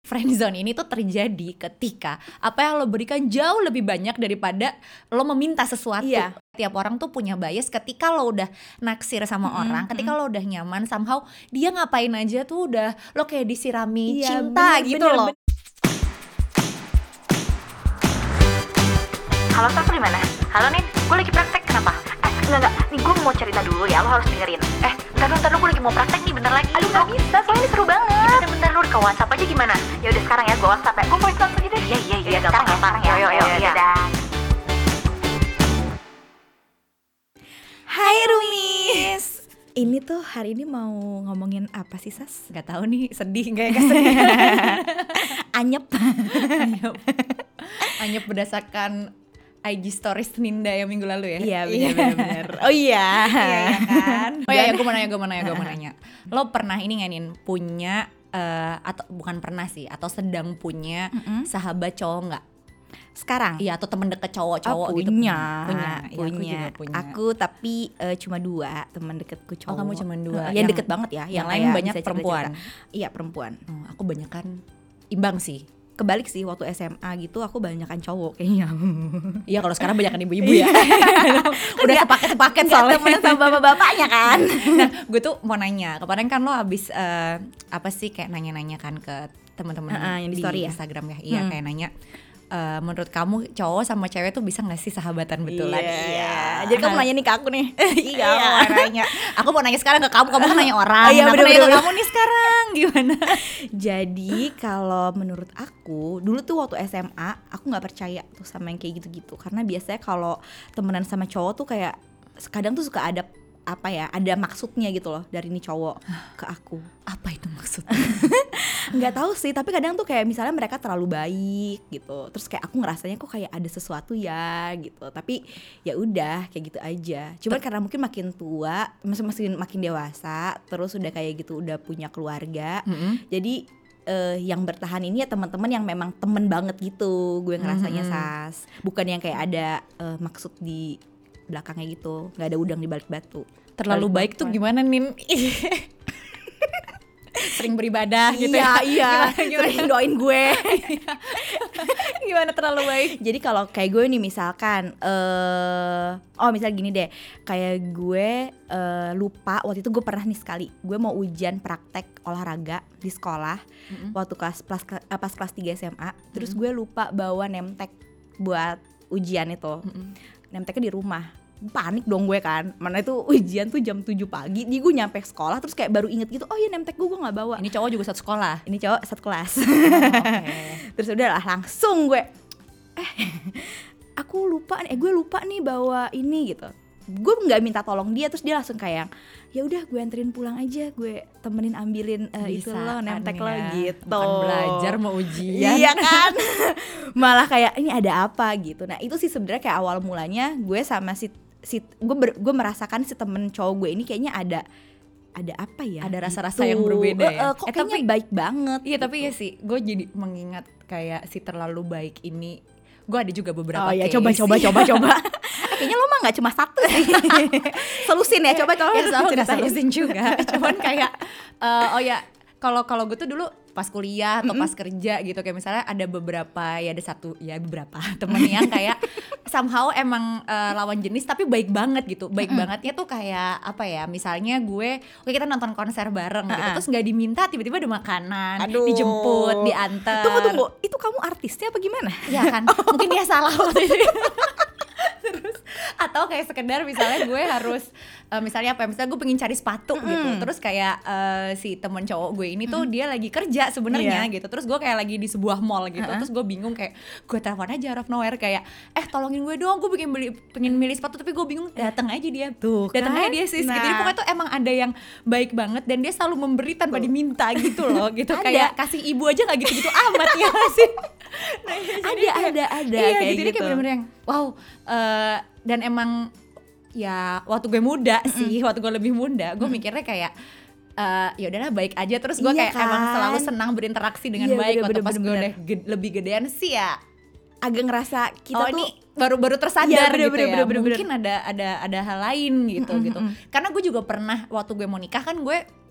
friendzone ini tuh terjadi ketika apa yang lo berikan jauh lebih banyak daripada lo meminta sesuatu. Iya. Tiap orang tuh punya bias ketika lo udah naksir sama orang, ketika lo udah nyaman, somehow dia ngapain aja tuh udah lo kayak disirami cinta gitu loh. Halo, Saf, di mana? Halo, Nin, gue lagi praktek, kenapa? Enggak, nih gue mau cerita dulu ya, lo harus dengerin. Bentar dulu, gue lagi mau praktek nih, bentar lagi. Aduh, gak bisa, soalnya ini seru banget. Bentar dulu, ke WhatsApp aja gimana? Ya udah sekarang ya, gue WhatsApp ya. Gue voice note aja deh. Iya, gampang ya. Yo, dadah. Hai Rumis. Ini tuh hari ini mau ngomongin apa sih, Sas? Gak tahu nih, sedih gak ya? Sedih. Anyep berdasarkan IG stories Ninda yang minggu lalu ya. Iya, benar. Oh iya. Iya kan. Oh iya, gue mau nanya. Lo pernah ini nggak Nin punya atau bukan pernah sih, atau sedang punya sahabat cowok nggak? Sekarang? Iya, atau temen deket cowok gitu. Punya. Aku juga punya. Aku tapi cuma 2 teman deketku cowok. Oh, kamu cuma 2. Yang deket banget ya. Yang lain banyak perempuan. Iya, perempuan. Aku banyakan imbang sih. Kebalik sih, waktu SMA gitu aku banyakan cowok kayaknya. Iya, kalau sekarang banyakan ibu-ibu ya. Udah sepaket soalnya temen sama bapak-bapaknya kan. Nah, gue tuh mau nanya, kemarin kan lo abis apa sih kayak nanya-nanya kan ke teman-teman yang di di story ya? Instagram ya. Iya, kayak nanya menurut kamu cowok sama cewek tuh bisa gak sih sahabatan betulan? Iya. Jadi kamu nanya nih ke aku nih. Iya, mau nanya. Aku mau nanya sekarang ke kamu kan nanya orang. Iya, aku bener, nanya ke kamu nih sekarang gimana? Jadi kalau menurut aku dulu tuh waktu SMA aku nggak percaya tuh sama yang kayak gitu-gitu, karena biasanya kalau temenan sama cowok tuh kayak kadang tuh suka ada apa ya, ada maksudnya gitu loh dari nih cowok ke aku. Apa itu maksudnya? Nggak tahu sih, tapi kadang tuh kayak misalnya mereka terlalu baik gitu, terus kayak aku ngerasanya kok kayak ada sesuatu ya gitu, tapi ya udah kayak gitu aja. Cuman karena mungkin makin tua, makin dewasa, terus udah kayak gitu udah punya keluarga, jadi yang bertahan ini ya teman-teman yang memang temen banget gitu, gue ngerasanya Sas, bukan yang kayak ada maksud di belakangnya gitu, nggak ada udang di balik batu. Terlalu baik tuh gimana Nin? Sering beribadah gitu ya? Iya. Gimana? Sering doain gue. Gimana terlalu baik? Jadi kalau kayak gue nih misalkan misal gini deh, kayak gue lupa waktu itu gue pernah nih sekali gue mau ujian praktek olahraga di sekolah waktu pas kelas 3 SMA, terus gue lupa bawa nemtek buat ujian itu. Nemteknya di rumah. Panik dong gue kan, mana itu ujian tuh jam 7 pagi, jadi gue nyampe sekolah terus kayak baru inget gitu, oh iya nemtek gue gak bawa. Ini cowok juga satu sekolah? Ini cowok satu kelas. Okay. Terus udah lah langsung gue aku lupa gue lupa nih bawa ini gitu. Gue nggak minta tolong dia, terus dia langsung kayak ya udah gue anterin pulang aja, gue temenin ambilin itu lo nemtek lo gitu. Bukan belajar mau ujian. Iya kan. Malah kayak ini ada apa gitu. Nah itu sih sebenarnya kayak awal mulanya gue sama gue merasakan si temen cowok gue ini kayaknya ada apa ya, ada rasa-rasa yang berbeda ya. Kok kayaknya baik banget. Iya gitu. Tapi ya sih gue jadi mengingat kayak si terlalu baik ini, gue ada juga beberapa case. Coba kayaknya lo mah nggak cuma satu sih. Solusin ya, coba tolong solusin juga. Cuman kayak kalau gue tuh dulu pas kuliah atau pas kerja gitu, kayak misalnya ada beberapa temen yang kayak somehow emang lawan jenis tapi baik banget gitu. Baik bangetnya tuh kayak apa ya, misalnya kita nonton konser bareng gitu, terus gak diminta tiba-tiba ada makanan, dijemput, diantar. Tunggu, itu kamu artisnya apa gimana? Ya kan, mungkin dia salah waktu itu. Terus atau kayak sekedar misalnya gue harus misalnya gue pengen cari sepatu gitu, terus kayak si temen cowok gue ini tuh dia lagi kerja sebenarnya gitu, terus gue kayak lagi di sebuah mall gitu, terus gue bingung kayak gue telepon aja out of nowhere kayak tolongin gue dong, gue pengen milih sepatu tapi gue bingung, datang aja dia datang aja dia sis. Gitu. Jadi pokoknya tuh emang ada yang baik banget dan dia selalu memberi tanpa diminta gitu loh gitu. Kayak kasih ibu aja gak gitu-gitu amat ya sih. Ada iya, kayak gitu. Jadi kayak bener-bener yang wow, dan emang ya waktu gue muda sih, waktu gue lebih muda, gue mikirnya kayak ya udahlah baik aja, terus gue kayak emang selalu senang berinteraksi dengan baik. Waktu pas gue udah lebih gedean sih ya agak ngerasa kita tuh ini baru tersadar gitu ya. Mungkin ada hal lain gitu. Karena gue juga pernah waktu gue mau nikah kan gue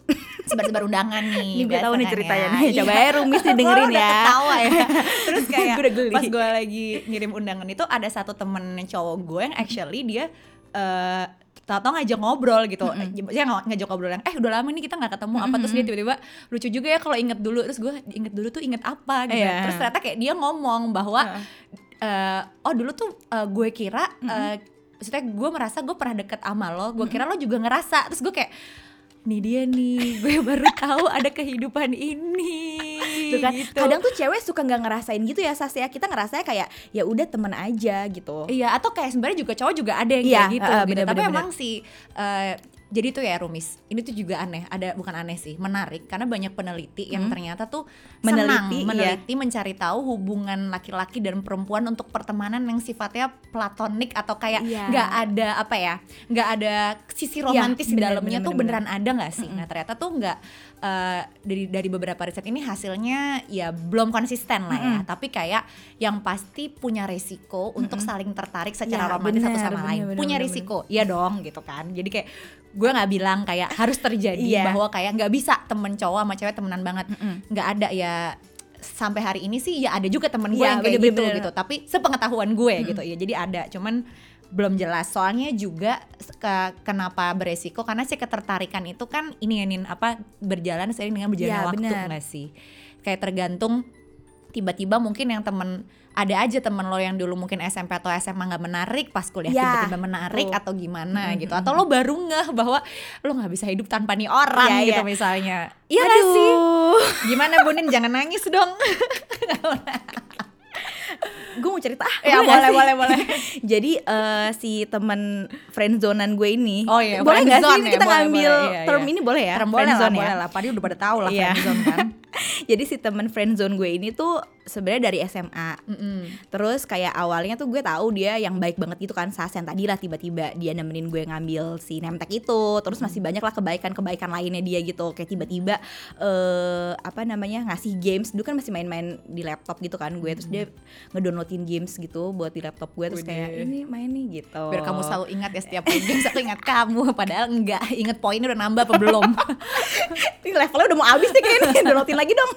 sebar-sebar undangan nih. Ini gue tahu nih biasa kan ceritanya ya. nih. Coba ya Rumis nih dengerin Gua udah ya. ketawa ya. Terus kayak Gue udah geli. pas gue lagi ngirim undangan itu ada satu temen cowok gue yang actually dia tau ngajak ngobrol gitu. Dia ngajak ngobrol yang udah lama nih kita nggak ketemu apa, terus dia tiba-tiba lucu juga ya kalau inget dulu. Terus gue inget dulu tuh inget apa gitu. Iya. Terus ternyata kayak dia ngomong bahwa dulu tuh gue kira maksudnya gue merasa gue pernah deket sama lo, gue kira lo juga ngerasa. Terus gue kayak nih dia nih, gue baru tahu ada kehidupan ini. Tuh kan, gitu. kadang tuh cewek suka nggak ngerasain gitu ya Sas ya. Kita ngerasanya kayak ya udah temen aja gitu. Iya, atau kayak sebenarnya juga cowok juga ada yang Iya, kayak gitu, gitu. bener, Tapi bener, emang sih jadi tuh ya Rumis, ini tuh juga aneh, bukan aneh sih, menarik karena banyak peneliti yang ternyata tuh meneliti mencari tahu hubungan laki-laki dan perempuan untuk pertemanan yang sifatnya platonik atau kayak nggak ada apa ya, nggak ada sisi romantis di dalamnya tuh beneran ada nggak sih? Nah ternyata tuh nggak, dari beberapa riset ini hasilnya ya belum konsisten lah ya, tapi kayak yang pasti punya resiko untuk saling tertarik secara romantis satu sama lain, punya risiko, iya dong gitu kan. Jadi kayak gue nggak bilang kayak harus terjadi bahwa kayak nggak bisa temen cowok sama cewek temenan banget, nggak ada ya. Sampai hari ini sih ya ada juga temen gue yang kayak gitu. Tapi sepengetahuan gue gitu ya, jadi ada, cuman belum jelas. Soalnya juga kenapa beresiko, karena si ketertarikan itu kan ini berjalan seiring dengan berjalannya waktu nggak sih? Kayak tergantung, tiba-tiba mungkin yang ada aja temen lo yang dulu mungkin SMP atau SMA nggak menarik, pas kuliah tiba-tiba menarik atau gimana gitu, atau lo baru ngeh bahwa lo nggak bisa hidup tanpa nih orang gitu misalnya. Iya nggak sih? Gimana Bunin, jangan nangis dong. Gue mau cerita ya boleh. Jadi si teman friendzonan gue ini, boleh nggak sih kita ngambil term ini boleh ya? Term boleh lah, padahal udah pada tahu lah friendzone kan. Jadi si teman friendzone gue ini tuh sebenarnya dari SMA. Terus kayak awalnya tuh gue tahu dia yang baik banget gitu kan, Sas yang tadi lah, tiba-tiba dia nemenin gue ngambil si Nemtek itu. Terus masih banyak lah kebaikan lainnya dia gitu. Kayak tiba-tiba ngasih games. Dulu kan masih main-main di laptop gitu kan gue. Terus dia ngedownloadin games gitu buat di laptop gue. Terus kayak ini main nih gitu. Biar kamu selalu ingat ya setiap main games aku ingat kamu. Padahal enggak, inget poinnya udah nambah apa belum. Ini levelnya udah mau habis nih kayaknya, downloadin lagi dong.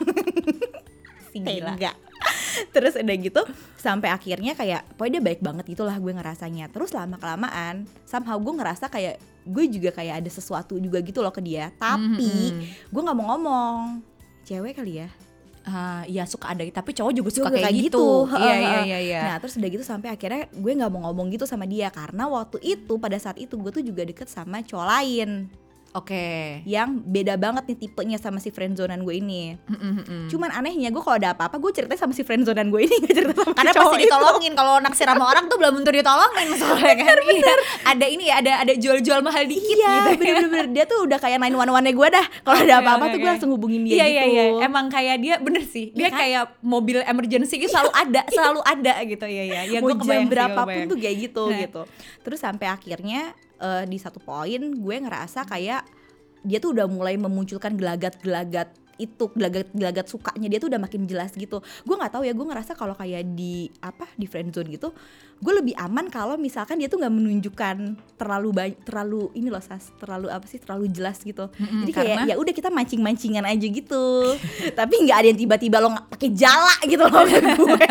Enggak. Terus udah gitu sampai akhirnya kayak pokoknya dia baik banget gitulah gue ngerasanya. Terus lama-kelamaan somehow gue ngerasa kayak gue juga kayak ada sesuatu juga gitu loh ke dia. Tapi gue gak mau ngomong. Cewek kali ya. Ya suka ada, tapi cowok juga suka kayak gitu. Iya. Nah terus udah gitu sampai akhirnya gue nggak mau ngomong gitu sama dia, karena waktu itu pada saat itu gue tuh juga deket sama cowok lain. Oke. Yang beda banget nih tipenya sama si friendzonan gue ini. Cuman anehnya gue kalau ada apa-apa gue ceritanya sama si friendzonan gue ini, gak cerita sama karena pasti ditolongin. Kalau naksir sama orang tuh belum tentu ditolongin soalnya kan. Bener. Ada ini ya, ada jual-jual mahal dikit gitu. Bener-bener dia tuh udah kayak 911-nya gue dah. Kalau ada apa-apa tuh gue langsung hubungin dia gitu. Iya. Emang kayak dia bener sih. Dia kayak mobil emergency gitu selalu ada gitu. Iya. Mau jam berapapun tuh kayak gitu gitu. Terus sampai akhirnya di satu poin gue ngerasa kayak dia tuh udah mulai memunculkan gelagat-gelagat sukanya dia tuh udah makin jelas gitu. Gue nggak tahu ya, gue ngerasa kalau kayak di friendzone gitu gue lebih aman kalau misalkan dia tuh nggak menunjukkan terlalu ini loh Sas, terlalu jelas gitu. Jadi kayak ya udah kita mancing-mancingan aja gitu. Tapi nggak ada yang tiba-tiba lo pakai jala gitu loh ke gue.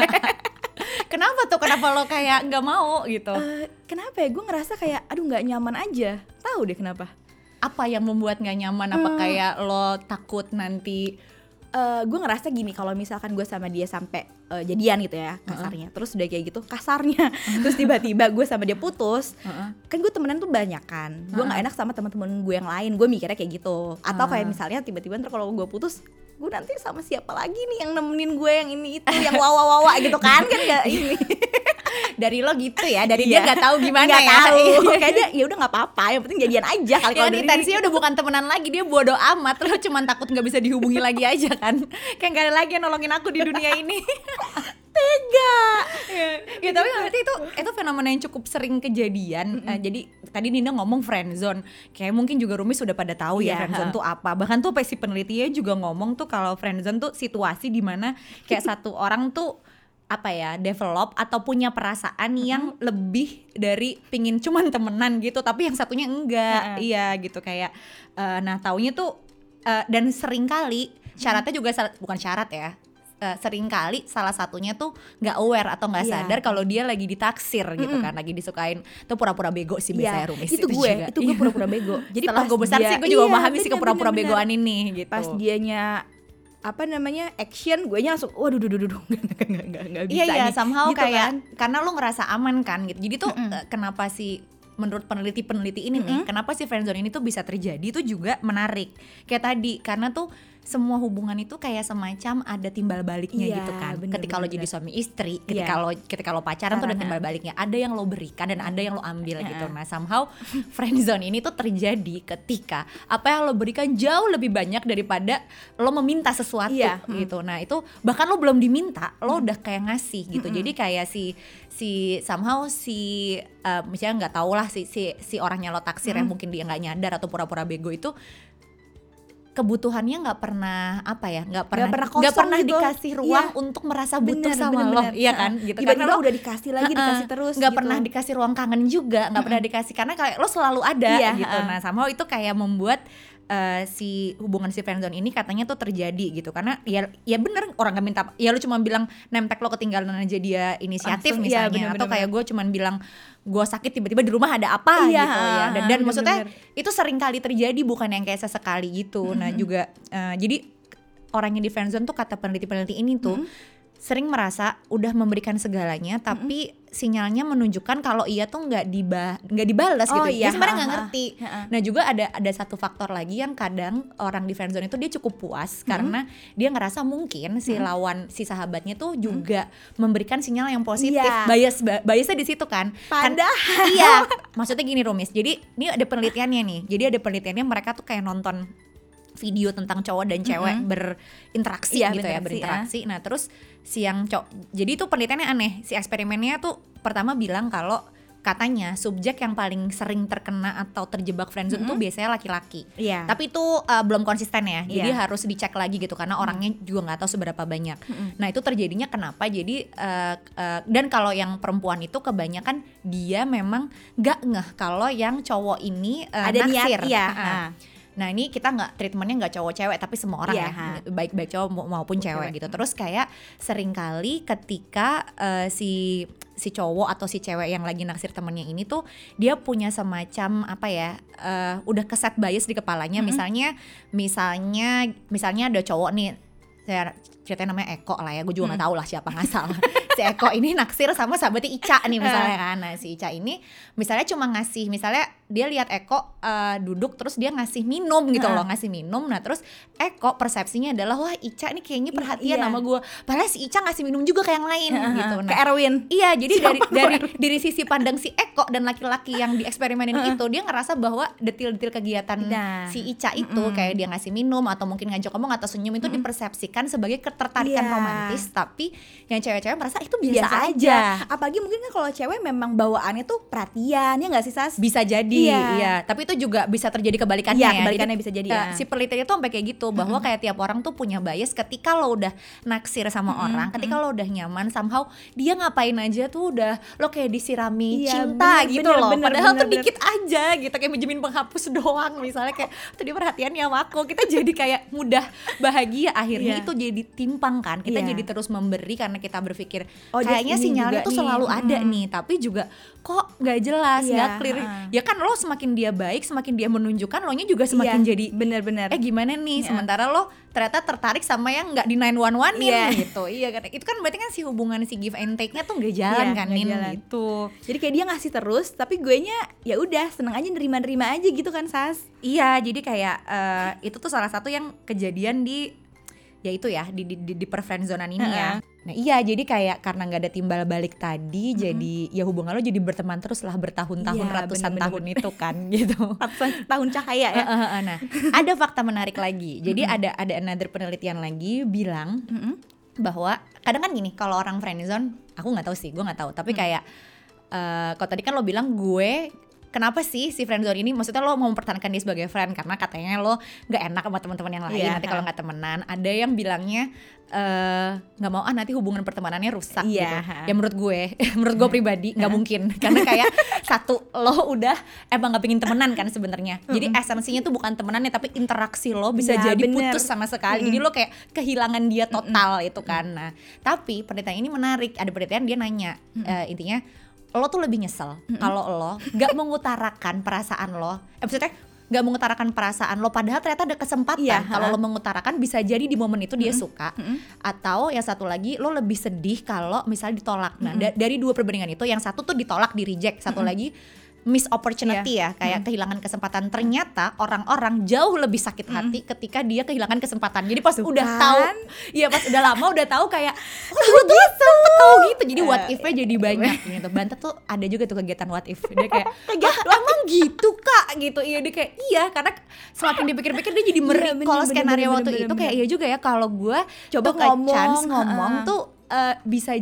Kenapa lo kayak nggak mau gitu? Kenapa ya, gue ngerasa kayak aduh nggak nyaman aja. Tahu deh kenapa? Apa yang membuat nggak nyaman? Apa kayak lo takut nanti? Gue ngerasa gini, kalau misalkan gue sama dia sampai jadian gitu ya kasarnya, terus udah kayak gitu kasarnya, terus tiba-tiba gue sama dia putus, kan gue temenan tuh banyak kan, gue nggak enak sama teman-teman gue yang lain, gue mikirnya kayak gitu. Atau kayak misalnya tiba-tiba ntar kalau gue putus, gue nanti sama siapa lagi nih yang nemenin gue yang ini itu yang wawa gitu kan nggak ini. Dari lo gitu ya, dari dia nggak tahu gimana gak ya. Tahu. Kayaknya ya udah nggak apa-apa, yang penting jadian aja kali. Kalau intensinya udah bukan temenan lagi, dia bodo amat, lo cuman takut nggak bisa dihubungi lagi aja kan. Kayak nggak ada lagi yang nolongin aku di dunia ini. Tega. Ya tapi berarti itu fenomena yang cukup sering kejadian. Jadi tadi Nina ngomong friendzone, kayak mungkin juga Rumis sudah pada tahu ya friendzone tuh apa. Bahkan tuh si penelitinya juga ngomong tuh kalau friendzone tuh situasi dimana kayak satu orang tuh develop atau punya perasaan yang lebih dari pingin cuman temenan gitu, tapi yang satunya enggak. Iya gitu kayak nah taunya tuh dan sering kali syaratnya juga bukan syarat ya. Sering kali salah satunya tuh nggak aware atau nggak sadar kalau dia lagi ditaksir gitu kan, lagi disukain. Tuh pura-pura bego sih biasanya Rumis itu gue juga. pura-pura bego. Jadi setelah gue besar sih gue juga memahami sih kepura-pura begoan ini gitu. Pas dianya action, gue langsung waduh nggak bisa iya nih. somehow gitu kayak kan. karena lo ngerasa aman kan gitu. Jadi tuh kenapa sih menurut peneliti ini nih, kenapa sih friendzone ini tuh bisa terjadi tuh juga menarik. Kayak tadi, karena tuh semua hubungan itu kayak semacam ada timbal baliknya gitu kan. Ketika lo jadi suami istri, ketika lo pacaran tuh ada timbal baliknya. Ada yang lo berikan dan ada yang lo ambil gitu. Nah, somehow friendzone ini tuh terjadi ketika apa yang lo berikan jauh lebih banyak daripada lo meminta sesuatu gitu. Nah, itu bahkan lo belum diminta, lo udah kayak ngasih gitu. Jadi kayak misalnya nggak tahu lah si orangnya lo taksir yang mungkin dia nggak nyadar atau pura-pura bego itu kebutuhannya nggak pernah nggak pernah gitu. dikasih ruang untuk merasa butuh sama lo, iya kan gitu. Karena lo udah dikasih lagi dikasih terus nggak gitu. pernah dikasih ruang kangen juga, nggak pernah dikasih karena kayak lo selalu ada gitu. Nah somehow itu kayak membuat si hubungan si friendzone ini katanya tuh terjadi gitu, karena ya bener orang gak minta, ya lu cuma bilang nempel lo ketinggalan aja dia inisiatif langsung, misalnya atau kayak gue cuman bilang gue sakit tiba-tiba di rumah ada apa gitu ya, dan maksudnya itu sering kali terjadi, bukan yang kayak sesekali gitu. Nah juga jadi orangnya di friendzone tuh kata peneliti ini tuh sering merasa udah memberikan segalanya tapi sinyalnya menunjukkan kalau ia tuh nggak dibalas gitu. Dia sebenarnya nggak ngerti. Nah juga ada satu faktor lagi yang kadang orang di friendzone itu dia cukup puas karena dia ngerasa mungkin si lawan, si sahabatnya tuh juga memberikan sinyal yang positif. Biasnya di situ kan. Padahal iya, maksudnya gini Rumis. Jadi ini ada penelitiannya nih. Jadi ada penelitiannya, mereka tuh kayak nonton video tentang cowok dan cewek berinteraksi gitu berinteraksi. Nah terus jadi itu penelitiannya aneh. Si eksperimennya tuh pertama bilang kalau katanya subjek yang paling sering terkena atau terjebak friendzone tuh biasanya laki-laki. Tapi itu belum konsisten ya. Jadi harus dicek lagi gitu karena orangnya juga nggak tahu seberapa banyak. Nah itu terjadinya kenapa? Jadi dan kalau yang perempuan itu kebanyakan dia memang nggak ngeh kalau yang cowok ini ada naksir. Nah ini kita treatmentnya nggak cowok cewek tapi semua orang baik cowok maupun cewek gitu. Terus kayak seringkali ketika si cowok atau si cewek yang lagi naksir temennya ini tuh dia punya semacam udah keset bias di kepalanya. Misalnya ada cowok nih, saya ceritanya namanya Eko lah ya, gue juga nggak tahu lah siapa ngasal. Si Eko ini naksir sama sahabatnya Ica nih misalnya kan. Nah si Ica ini misalnya cuma ngasih, misalnya dia lihat Eko duduk terus dia ngasih minum gitu loh, ngasih minum. Nah terus Eko persepsinya adalah wah Ica nih kayaknya perhatian sama gue, padahal si Ica ngasih minum juga ke yang lain gitu. Nah, ke Erwin. Iya, jadi dari sisi pandang si Eko dan laki-laki yang dieksperimenin itu, dia ngerasa bahwa detil-detil kegiatan si Ica itu kayak dia ngasih minum atau mungkin ngajak ngomong atau senyum itu dipersepsikan sebagai ketertarikan romantis, tapi yang cewek-cewek merasa itu biasa aja. Apalagi mungkin kan kalau cewek memang bawaannya tuh perhatian, ya nggak sih Sas? Bisa jadi, iya. Tapi itu juga bisa terjadi kebalikannya ya. Kebalikannya bisa jadi. Si penelitian itu sampai kayak gitu, bahwa kayak tiap orang tuh punya bias. Ketika lo udah naksir sama orang, ketika lo udah nyaman, somehow dia ngapain aja tuh udah lo kayak disirami cinta gitu loh. Padahal tuh dikit aja gitu, kayak minjemin penghapus doang misalnya, kayak tuh dia perhatiannya sama aku. Kita jadi kayak mudah bahagia, akhirnya itu jadi timpang kan. Kita jadi terus memberi karena kita berpikir kayaknya sinyalnya tuh selalu ada nih, tapi juga kok nggak jelas, nggak clear. Ya kan lo semakin dia baik, semakin dia menunjukkan, lo nya juga semakin jadi bener-bener gimana nih, sementara lo ternyata tertarik sama yang nggak di 911-in gitu. Iya kan, itu kan berarti kan si hubungan si give and take-nya tuh nggak jalan kan Nin gitu. Jadi kayak dia ngasih terus, tapi gue nya ya udah seneng aja, nerima-nerima aja gitu kan Sas. Iya, jadi kayak itu tuh salah satu yang kejadian di perfriendzonan ini ya. Nah iya, jadi kayak karena nggak ada timbal balik tadi, jadi ya hubungan lo jadi berteman terus lah bertahun-tahun, ratusan tahun itu kan gitu. Ratusan tahun cahaya ya. Nah ada fakta menarik lagi. Jadi ada another penelitian lagi bilang bahwa kadang kan gini, kalau orang friendzone, aku nggak tahu sih, gue nggak tahu. Tapi kayak kalau tadi kan lo bilang gue kenapa sih si friendzone ini, maksudnya lo mau mempertahankan dia sebagai friend karena katanya lo nggak enak sama teman-teman yang lain, nanti kalau nggak temenan. Ada yang bilangnya nggak mau nanti hubungan pertemanannya rusak gitu. Ya menurut gue pribadi nggak mungkin, karena kayak satu, lo udah emang nggak pengen temenan kan sebenarnya. Jadi esensinya tuh bukan temenannya, tapi interaksi lo bisa jadi putus sama sekali. Jadi lo kayak kehilangan dia total itu kan. Nah, tapi penelitian ini menarik. Ada penelitian dia nanya intinya, lo tuh lebih nyesel kalau lo nggak mengutarakan perasaan lo, maksudnya nggak mengutarakan perasaan lo padahal ternyata ada kesempatan. Kalau lo mengutarakan bisa jadi di momen itu dia suka, atau yang satu lagi lo lebih sedih kalau misalnya ditolak. Nah dari dua perbandingan itu, yang satu tuh ditolak, di reject, satu lagi miss opportunity ya, kayak kehilangan kesempatan. Ternyata orang-orang jauh lebih sakit hati ketika dia kehilangan kesempatan. Jadi pas udah tahu, ya pas udah lama udah tahu kayak gue tuh sempet tahu gitu. Jadi what if-nya jadi banyak gitu. Bantet tuh ada juga tuh kegiatan what if. Dia kayak emang gitu kak gitu. Iya dia kayak iya, karena semakin dipikir-pikir dia jadi merecall skenario waktu itu. Kayak iya juga ya, kalau gue coba ngomong tuh bisa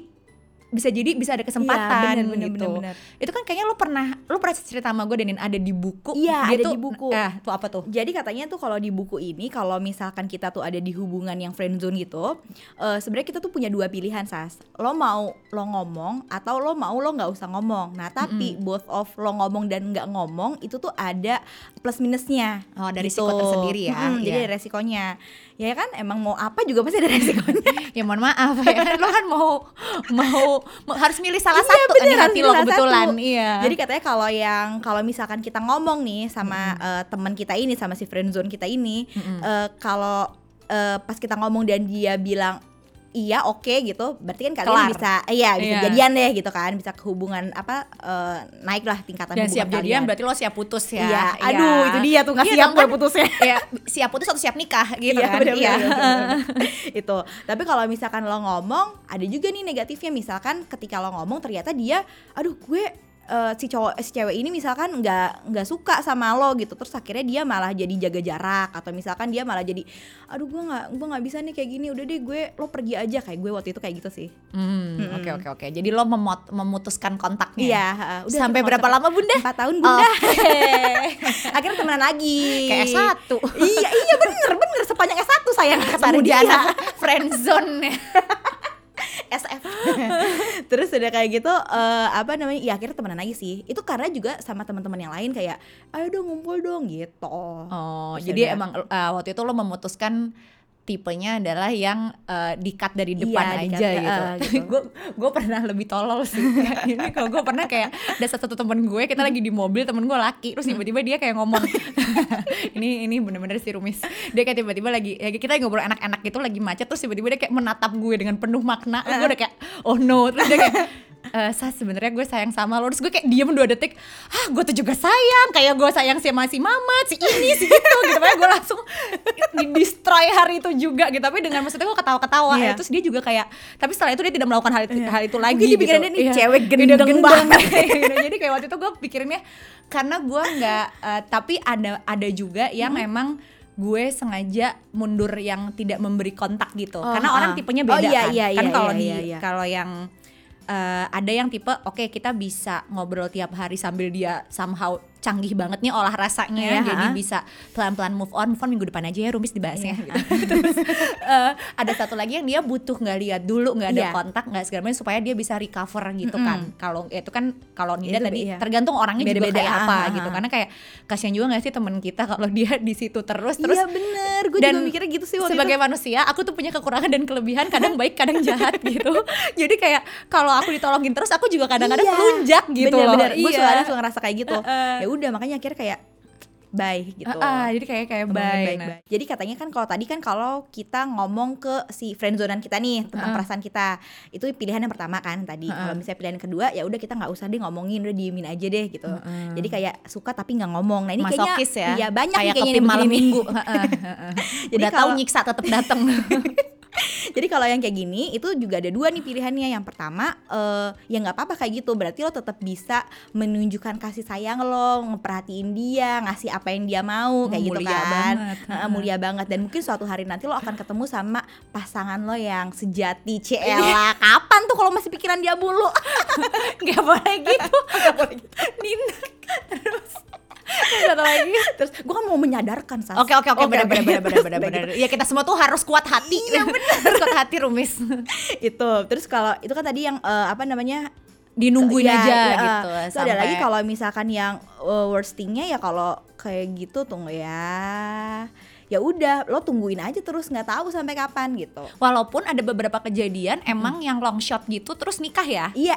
ada kesempatan gitu. Itu kan kayaknya lo pernah cerita sama gue, Denin, ada di buku. Iya, ada di buku. Tuh apa tuh? Jadi katanya tuh kalau di buku ini, kalau misalkan kita tuh ada di hubungan yang friendzone gitu, sebenarnya kita tuh punya dua pilihan, Sas. Lo mau lo ngomong atau lo mau lo nggak usah ngomong. Nah tapi both of lo ngomong dan nggak ngomong itu tuh ada plus minusnya. Dari gitu. risiko tersendiri ya. Jadi ada resikonya. Ya kan, emang mau apa juga pasti ada resikonya. Ya mohon maaf ya, lo kan mau harus milih salah satu kan di hati lo kebetulan. Iya. Jadi katanya kalau misalkan kita ngomong nih sama teman kita ini, sama si friendzone kita ini, kalau pas kita ngomong dan dia bilang iya oke gitu, berarti kan kalian bisa jadian deh gitu kan, bisa kehubungan naik lah tingkatan dan hubungan siap kalian. jadian berarti lo siap putus ya. Iya. Aduh itu dia tuh, nggak siap gue putusnya. Ya siap putus atau siap nikah gitu kan. Bener. Itu. Tapi kalau misalkan lo ngomong, ada juga nih negatifnya. Misalkan ketika lo ngomong ternyata dia, aduh gue si cewek ini misalkan nggak suka sama lo gitu, terus akhirnya dia malah jadi jaga jarak, atau misalkan dia malah jadi aduh gue nggak bisa nih kayak gini, udah deh lo pergi aja, kayak gue waktu itu kayak gitu sih. Oke. Jadi lo memutuskan kontaknya. Iya. Udah sampai berapa lama Bunda? 4 tahun Bunda. Akhirnya temenan lagi. Kayak S1. Iya bener sepanjang S1 sayang ketemu dia. Friendzone. SF. Terus udah kayak gitu ya akhirnya temenan lagi sih. Itu karena juga sama teman-teman yang lain kayak ayo dong ngumpul dong gitu. Terus jadi emang waktu itu lo memutuskan tipenya adalah yang di-cut dari depan aja gitu. Gue pernah lebih tolol sih. Ini kalau gue pernah kayak ada satu temen gue, kita lagi di mobil, temen gue laki, terus tiba-tiba dia kayak ngomong ini bener-bener si Rumis. Dia kayak tiba-tiba lagi kita ngobrol enak-enak gitu, lagi macet, terus tiba-tiba dia kayak menatap gue dengan penuh makna. Gue udah kayak oh no, terus dia kayak Sas sebenarnya gue sayang sama lo. Terus gue kayak diem 2 detik, gue tuh juga sayang, kayak gue sayang sama si Mamat, si ini, si itu gitu. Makanya gue langsung di-destroy hari itu juga gitu. Tapi dengan maksudnya gue ketawa-ketawa ya. Terus dia juga kayak, tapi setelah itu dia tidak melakukan hal itu lagi. Mungkin dipikirinnya gitu. Nih cewek gendeng banget. Jadi kayak waktu itu gue pikirinnya, karena gue gak tapi ada juga yang memang gue sengaja mundur, yang tidak memberi kontak gitu. Karena orang tipenya beda kan. Kalau yang ada yang tipe kita bisa ngobrol tiap hari sambil dia somehow canggih banget nih olah rasanya, jadi bisa pelan-pelan move on minggu depan aja ya Rumis dibahasnya. Terus ada satu lagi yang dia butuh nggak lihat dulu, nggak ada kontak, nggak segala macam, supaya dia bisa recover gitu kan. Kalau itu kan kalau Nida tadi tergantung orangnya juga kayak apa gitu, karena kayak kasihan juga nggak sih temen kita kalau dia di situ terus. Iya bener, gue juga mikirnya gitu sih waktu sebagai itu. Manusia aku tuh punya kekurangan dan kelebihan, kadang baik kadang jahat gitu. Jadi kayak kalau aku ditolongin terus, aku juga kadang-kadang melunjak gitu. Bener-bener, gue suka ngerasa kayak gitu. Ya udah, makanya akhirnya kayak bye gitu. Jadi kayak bye. Nah. Jadi katanya kan kalau kita ngomong ke si friendzonean kita nih tentang perasaan kita, itu pilihan yang pertama kan tadi. Kalau misalnya pilihan kedua, ya udah kita nggak usah deh ngomongin, udah diemin aja deh gitu. Jadi kayak suka tapi nggak ngomong. Nah ini masokis kayaknya ya. Banyak kayak kayaknya yang malam minggu. Jadi udah tahu nyiksa tetap datang. Jadi kalau yang kayak gini itu juga ada 2 nih pilihannya. Yang pertama ya nggak apa-apa kayak gitu, berarti lo tetap bisa menunjukkan kasih sayang lo, ngeperhatiin dia, ngasih apa yang dia mau kayak gitu kan. Mulia banget. Dan mungkin suatu hari nanti lo akan ketemu sama pasangan lo yang sejati. Ciela, kapan tuh kalau masih pikiran dia mulu? Nggak boleh gitu. Nina, Satu lagi. Terus gue kan mau menyadarkan Sas. Oke, benar. Ya kita semua tuh harus kuat hati. Iya benar. Harus kuat hati, Rumis. Itu. Terus kalau itu kan tadi yang apa namanya, Dinungguin ya, aja ya, gitu. Terus ada lagi kalau misalkan yang worst thing-nya ya kalau kayak gitu tunggu ya udah lo tungguin aja terus, nggak tahu sampai kapan gitu. Walaupun ada beberapa kejadian emang yang long shot gitu terus nikah ya. Iya,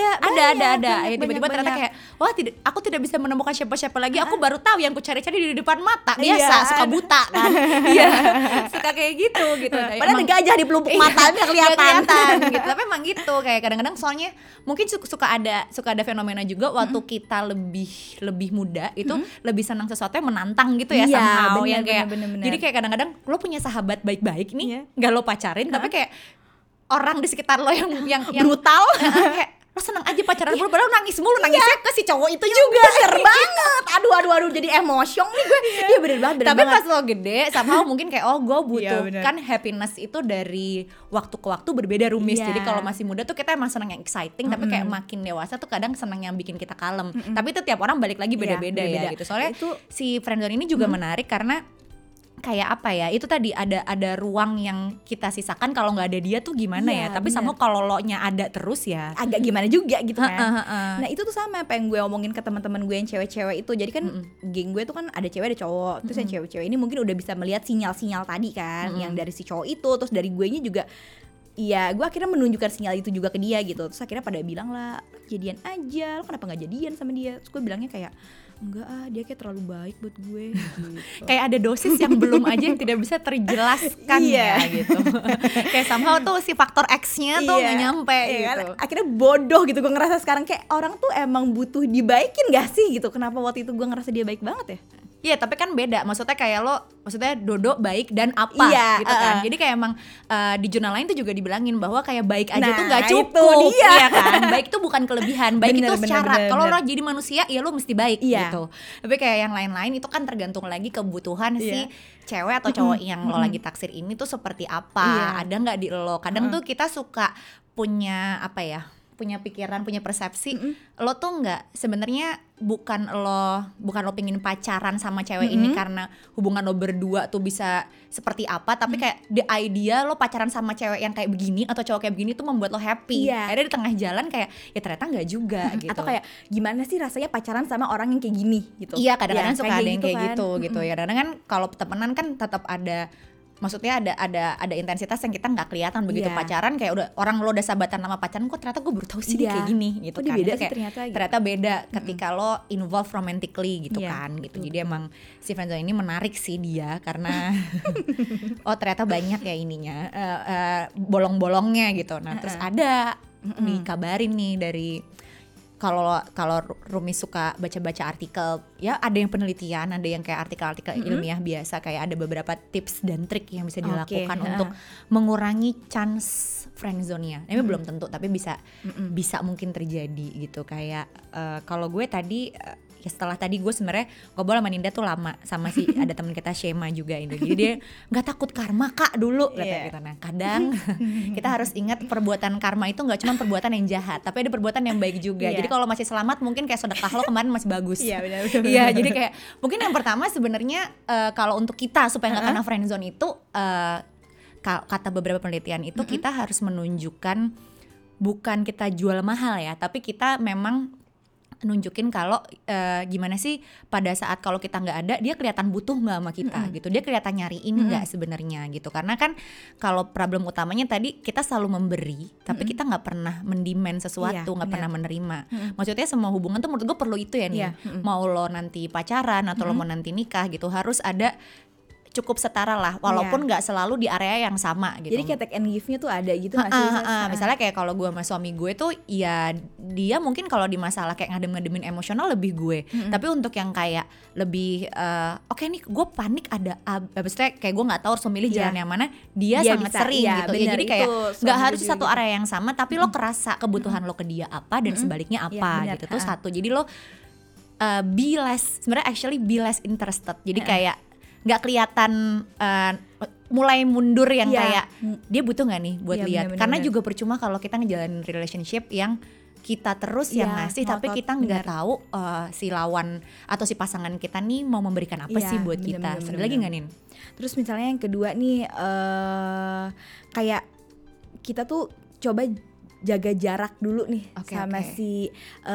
ada. Ya, tiba-tiba ternyata kayak wah aku tidak bisa menemukan siapa-siapa lagi. Aku baru tahu yang ku cari-cari di depan mata. Biasa suka buta kan. Iya. Suka kayak gitu. Padahal ada gajah di pelupuk mata nggak kelihatan gitu. Tapi emang gitu kayak kadang-kadang soalnya mungkin suka ada fenomena juga waktu kita lebih muda itu lebih senang sesuatu yang menantang gitu ya, somehow yang kayak jadi kayak kadang-kadang lo punya sahabat baik-baik nih, nggak lo pacarin, tapi kayak orang di sekitar lo yang brutal, kayak lo seneng aja pacaran mulu, padahal nangis mulu, nangisnya ke si cowok itu juga. Bener banget. Aduh jadi emosyong nih gue. Iya bener banget. Tapi pas lo gede, somehow mungkin kayak gue butuhkan happiness itu dari waktu ke waktu berbeda, Rumis. Jadi kalau masih muda tuh kita emang seneng yang exciting, tapi kayak makin dewasa tuh kadang seneng yang bikin kita kalem. Tapi itu tiap orang balik lagi beda-beda ya gitu. Soalnya itu si friendzone ini juga menarik karena kayak apa ya, itu tadi ada ruang yang kita sisakan kalau nggak ada dia tuh gimana ya, tapi sama kalau lo nya ada terus ya agak gimana juga gitu kan. Nah itu tuh sama apa yang gue omongin ke teman-teman gue yang cewek-cewek itu. Jadi kan geng gue tuh kan ada cewek ada cowok. Terus yang cewek-cewek ini mungkin udah bisa melihat sinyal-sinyal tadi kan, yang dari si cowok itu, terus dari gue nya juga. Iya, gue akhirnya menunjukkan sinyal itu juga ke dia gitu. Terus akhirnya pada bilang lah, jadian aja, lo kenapa gak jadian sama dia? Terus gue bilangnya kayak, enggak dia kayak terlalu baik buat gue gitu. Kayak ada dosis yang belum aja yang tidak bisa terjelaskan ya gitu. Kayak somehow tuh si faktor X-nya tuh gak nyampe gitu. Akhirnya bodoh gitu, gue ngerasa sekarang kayak orang tuh emang butuh dibaikin gak sih gitu. Kenapa waktu itu gue ngerasa dia baik banget ya? Iya, tapi kan beda. Maksudnya kayak maksudnya Dodo baik dan apa gitu kan. Jadi kayak emang di jurnal lain tuh juga dibilangin bahwa kayak baik aja tuh gak cukup. Iya kan. Baik itu bukan kelebihan. Baik itu syarat. Kalau lo jadi manusia ya lo mesti baik gitu. Tapi kayak yang lain-lain itu kan tergantung lagi kebutuhan si cewek atau cowok yang lo lagi taksir ini tuh seperti apa. Ada gak di lo. Kadang tuh kita suka punya apa ya, punya pikiran, punya persepsi lo tuh nggak sebenarnya bukan lo pengin pacaran sama cewek ini karena hubungan lo berdua tuh bisa seperti apa, tapi kayak the idea lo pacaran sama cewek yang kayak begini atau cowok kayak begini tuh membuat lo happy. Akhirnya di tengah jalan kayak ya ternyata nggak juga gitu. Atau kayak gimana sih rasanya pacaran sama orang yang kayak gini gitu. Iya, kadang-kadang suka ada yang kayak gitu ya. Kadang-kadang kan kalau temenan kan tetap ada, maksudnya ada intensitas yang kita nggak kelihatan begitu pacaran. Kayak udah orang lo udah sahabatan sama pacaran, kok ternyata gue baru tahu sih dia kayak gini gitu kan. Beda sih ternyata beda ketika lo involve romantically gitu kan gitu. Jadi emang si friendzone ini menarik sih dia karena oh ternyata banyak ya ininya bolong-bolongnya gitu. Nah terus ada dikabarin nih dari kalau Rumi suka baca-baca artikel, ya ada yang penelitian, ada yang kayak artikel-artikel ilmiah biasa, kayak ada beberapa tips dan trik yang bisa dilakukan untuk mengurangi chance friendzone-nya. Ini belum tentu, tapi bisa mungkin terjadi gitu. Kayak kalau gue tadi ya setelah tadi gue sebenarnya ngobrol sama Ninda tuh lama, sama si ada teman kita Shema juga itu. Jadi dia nggak takut karma kak dulu kata kita. Nah kadang kita harus ingat perbuatan karma itu nggak cuma perbuatan yang jahat, tapi ada perbuatan yang baik juga. Jadi kalau masih selamat mungkin kayak sedekah lo kemarin masih bagus. Iya benar. Iya jadi kayak mungkin yang pertama sebenarnya kalau untuk kita supaya nggak kena friendzone itu kata beberapa penelitian itu kita harus menunjukkan bukan kita jual mahal ya, tapi kita memang nunjukin kalau gimana sih pada saat kalau kita nggak ada dia kelihatan butuh nggak sama kita gitu, dia kelihatan nyariin nggak sebenarnya gitu. Karena kan kalau problem utamanya tadi kita selalu memberi tapi kita nggak pernah mendemand sesuatu, nggak pernah menerima. Maksudnya semua hubungan tuh menurut gue perlu itu ya nih. Mau lo nanti pacaran atau lo mau nanti nikah gitu harus ada cukup setara lah, walaupun nggak selalu di area yang sama gitu. Jadi kayak take and give-nya tuh ada gitu nggak sih? Misalnya kayak kalau gue sama suami gue tuh ya dia mungkin kalau di masalah kayak ngadem-ngademin emosional lebih gue, tapi untuk yang kayak lebih oke nih gue panik ada maksudnya kayak gue nggak tahu harus memilih jalan yang mana, dia sangat bisa, sering gitu ya. Jadi kayak nggak harus satu area yang sama, tapi lo kerasa kebutuhan lo ke dia apa dan sebaliknya apa gitu. Terus satu, jadi lo be less interested. Jadi kayak nggak kelihatan mulai mundur yang kayak dia butuh nggak nih buat lihat. Karena juga percuma kalau kita ngejalanin relationship yang kita terus Iya, yang ngasih, tapi ngotot, kita nggak bener. tahu si lawan atau si pasangan kita nih mau memberikan apa Iya, sih buat bener, kita. bener, Ada bener, lagi bener. nggak, Nin? Terus misalnya yang kedua nih kayak kita tuh coba jaga jarak dulu nih Oke, sama oke. si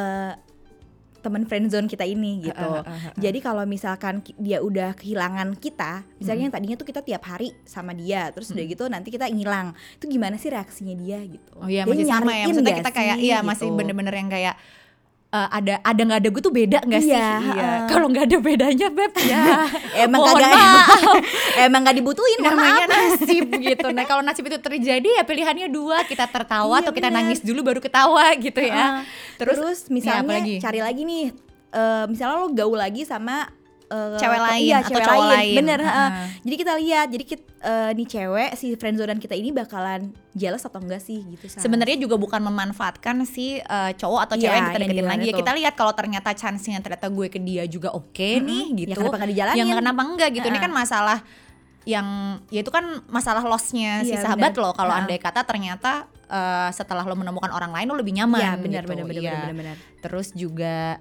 teman friendzone kita ini gitu. Jadi kalau misalkan dia udah kehilangan kita, misalnya yang tadinya tuh kita tiap hari sama dia, terus udah gitu nanti kita ngilang, itu gimana sih reaksinya dia gitu? Oh iya, Dia masih sama ya. nyariin Maksudnya nggak kita kayak sih, iya gitu. masih bener-bener yang kayak ada nggak ada gue tuh beda nggak sih? Iya, Iya. Kalau nggak ada bedanya, Beb, ya emang mohon kagak maaf. emang gak dibutuhin, mohon Namanya maaf. nasib gitu. Nah kalau nasib itu terjadi ya pilihannya dua, kita tertawa Iya, atau kita bener. nangis dulu baru ketawa gitu ya. Terus nih, misalnya apa lagi? cari lagi nih, misalnya lo gaul lagi sama Cewek lain iya, atau cewek cowok lain. bener. Heeh. Jadi kita lihat, jadi nih cewek si friendzone kita ini bakalan jealous atau enggak sih gitu. Sebenarnya juga bukan memanfaatkan si cowok atau cewek Iya, yang kita yang deketin gimana lagi. Ya tuh? kita lihat kalau ternyata chance-nya ternyata gue ke dia juga oke nih gitu. Ya kenapa nggak dijalanin? Ya kenapa enggak gitu. Ini kan masalah yang ya itu kan masalah loss-nya si Iya, sahabat bener. lo. Kalau Heeh. andai kata ternyata setelah lo menemukan orang lain lo lebih nyaman Iya, benar, gitu. benar, Iya. benar. Terus juga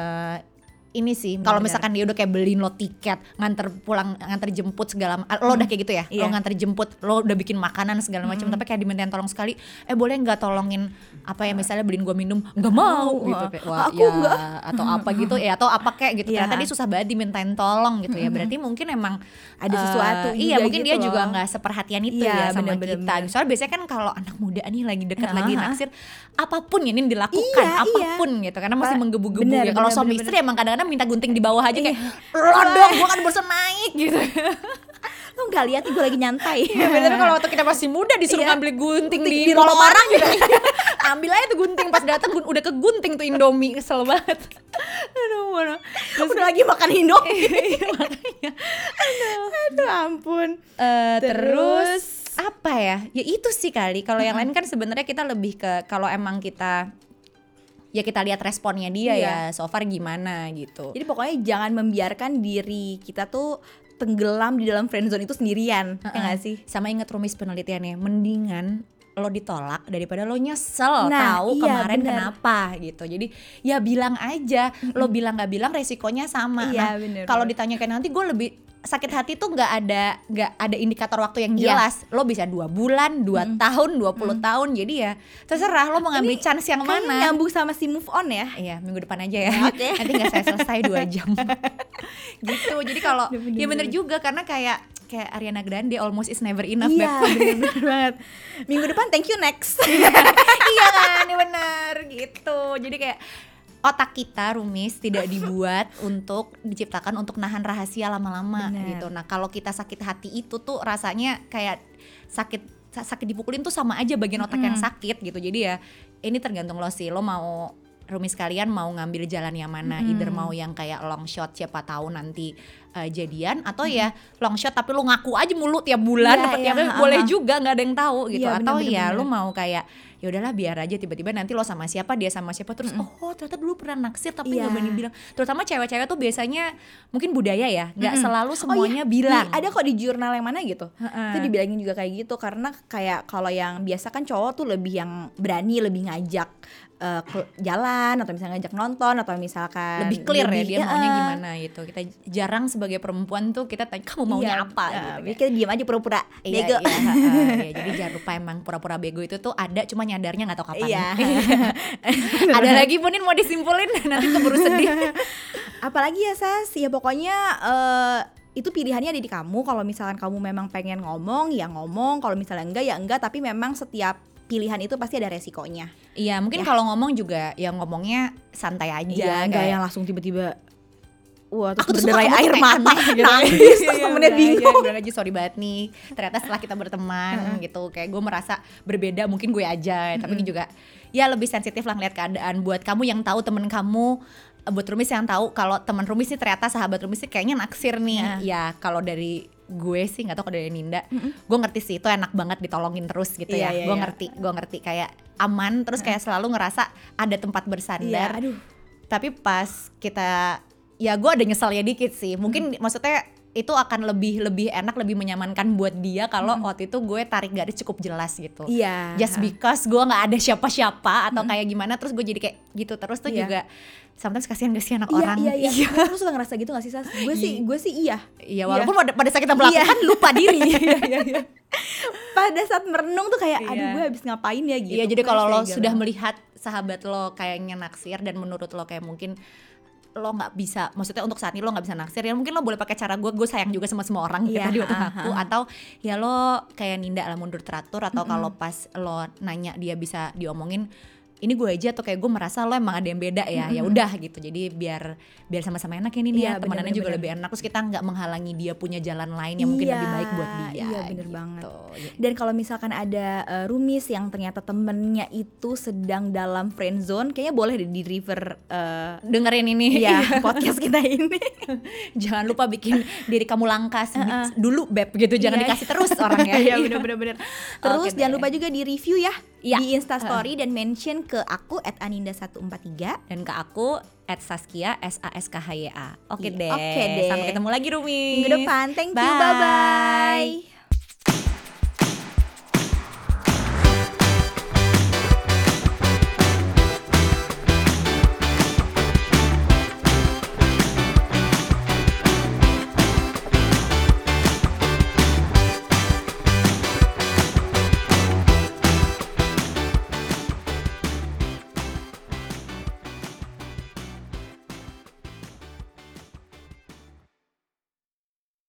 ini sih kalau misalkan dia udah kayak beliin lo tiket, nganter pulang, nganter jemput segala lo udah kayak gitu ya. Iya. Lo nganter jemput, lo udah bikin makanan segala macam, tapi kayak dimintain tolong sekali, boleh nggak tolongin apa ya, misalnya beliin gua minum, nggak mau gitu kayak, wah Aku ya nggak. atau apa gitu ya, atau apa kayak gitu. Iya. Ternyata dia susah banget dimintain tolong gitu ya. Berarti mungkin emang Ada sesuatu iya juga mungkin gitu dia loh. juga nggak seperhatian itu Iya, ya sama bener, kita. bener. Soalnya biasanya kan kalau anak muda nih lagi dekat lagi naksir, apapun yang ini dilakukan, Iya, apapun gitu, karena masih Pak, menggebu-gebu bener, ya. Kalau bener, suami bener, istri emang kadang-kadang minta gunting di bawah aja kayak, Iya. lo dong, gue kan bosan naik gitu. Lo nggak lihat gue lagi nyantai. Ya bener, kalau waktu kita masih muda disuruh Iya. ngambil gunting Gunting di di mall rumah orang gitu. Ambil aja tuh gunting, pas datang udah ke gunting tuh Indomie, kesel banget. Aduh, mana. Udah lagi makan Indomie. Makanya. Aduh ampun. Terus apa ya? Ya itu sih kali. Kalau yang lain kan sebenarnya kita lebih ke kalau emang kita ya kita lihat responnya dia Iya. ya, so far gimana gitu. Jadi pokoknya jangan membiarkan diri kita tuh tenggelam di dalam friendzone itu sendirian, ya nggak sih? Sama inget rumis penelitiannya, mendingan lo ditolak daripada lo nyesel Nah, tahu iya, kemarin bener. kenapa gitu. Jadi ya bilang aja, lo bilang nggak bilang resikonya sama. Iya, Nah, bener, kalau bener. ditanya kayak nanti gue lebih sakit hati tuh nggak ada indikator waktu yang Iya. jelas. Lo bisa 2 bulan, 2 tahun, 20 tahun. Jadi ya terserah lo mau ngambil chance yang Kayaknya mana. nyambung sama si move on ya. Iya, minggu depan aja ya. Oke. Nanti nggak saya selesai 2 jam. Gitu. Jadi kalau Bener-bener. ya bener juga karena kayak Ariana Grande, almost is never enough. Iya, Beb. bener-bener banget. Minggu depan thank you next. Iya kan, ini bener gitu. Jadi kayak otak kita rumis tidak dibuat untuk diciptakan untuk nahan rahasia lama-lama Bener. gitu. Nah kalau kita sakit hati itu tuh rasanya kayak sakit dipukulin tuh sama aja bagian otak yang sakit gitu. Jadi ya ini tergantung lo sih, lo mau rumis kalian mau ngambil jalan yang mana, either mau yang kayak long shot siapa tahu nanti jadian, atau ya long shot tapi lo ngaku aja mulu tiap bulan Iya, dapet iya, tiap bulan, boleh juga nggak ada yang tahu gitu. Iya, Atau bener, ya bener, lo bener. mau kayak ya udahlah biar aja tiba-tiba nanti lo sama siapa dia sama siapa terus oh ternyata dulu pernah naksir tapi nggak Iya. berani bilang. Terutama cewek-cewek tuh biasanya mungkin budaya ya nggak selalu semuanya iya, bilang. ada kok di jurnal yang mana gitu. Heeh. Itu dibilangin juga kayak gitu, karena kayak kalau yang biasa kan cowok tuh lebih yang berani, lebih ngajak jalan atau misalnya ngajak nonton atau misalkan Lebih clear ya dia maunya Heeh. gimana gitu. Kita jarang sebagai perempuan tuh kita tanya kamu maunya Iya, apa jadi gitu. kita diam aja pura-pura Iya, bego. iya, iya. Jadi jangan lupa emang pura-pura bego itu tuh ada, cuma nyadarnya nggak tahu kapan. Iya. Ada lagi Punin mau disimpulin nanti keburu sedih. Apalagi ya Sas, ya pokoknya itu pilihannya ada di kamu. Kalau misalkan kamu memang pengen ngomong ya ngomong, kalau misalnya enggak ya enggak, tapi memang setiap pilihan itu pasti ada resikonya. Iya mungkin kalau ngomong juga ya ngomongnya santai aja. Iya, enggak kayak, yang langsung tiba-tiba wah terus aku tuh suka berderai kamu tuh air kayak mata aneh gitu. nangis terus Iya, temennya bilang aja, bingung. bilang aja sorry banget nih, ternyata setelah kita berteman gitu kayak gue merasa berbeda, mungkin gue aja tapi juga ya lebih sensitif lah ngeliat keadaan. Buat kamu yang tahu temen kamu, buat Rumis yang tahu kalau teman Rumis nih ternyata sahabat Rumis nih kayaknya naksir nih, ya kalau dari gue sih nggak tahu kalau dari Ninda, gue ngerti sih itu enak banget ditolongin terus gitu Iya, ya. iya, Gue iya. ngerti kayak aman, terus kayak selalu ngerasa ada tempat Iya, bersandar. aduh. Tapi pas kita ya gue ada nyeselnya dikit sih. Mungkin maksudnya itu akan lebih enak, lebih menyamankan buat dia kalau waktu itu gue tarik garis cukup jelas gitu. Iya. Just because gue nggak ada siapa-siapa atau kayak gimana, terus gue jadi kayak gitu terus tuh juga sometimes kasihan gak sih anak orang. Iya. Lu suka ngerasa gitu gak sih, Sas? Gue sih iya. Iya, walaupun pada saat kita melakukan lupa diri. Iya. Pada saat merenung tuh kayak aduh gue habis ngapain ya gitu. Iya, jadi kalau lo sudah melihat sahabat lo kayaknya naksir dan menurut lo kayak mungkin lo nggak bisa, maksudnya untuk saat ini lo nggak bisa naksir, ya mungkin lo boleh pakai cara gue sayang juga sama semua orang kayak tadi waktu aku, atau ya lo kayak nindak lah, mundur teratur, atau kalau pas lo nanya dia bisa diomongin ini gue aja, atau kayak gue merasa lo emang ada yang beda ya, ya udah gitu, jadi biar sama-sama enak ini nih ya, temenannya juga lebih enak, terus kita nggak menghalangi dia punya jalan lain yang mungkin lebih baik buat dia. Iya bener gitu. banget. Dan kalau misalkan ada rumis yang ternyata temennya itu sedang dalam friend zone, kayaknya boleh deh di refer dengerin ini podcast kita ini. Jangan lupa bikin diri kamu langka dulu beb gitu, jangan dikasih terus orangnya. Iya bener. Terus jangan lupa juga di review ya di Instastory dan mention ke aku @aninda143 dan ke aku @saskia SASKHYA. Oke deh. Oke deh. Sampai ketemu lagi Rumi. Minggu depan. Thank you. Bye. Bye.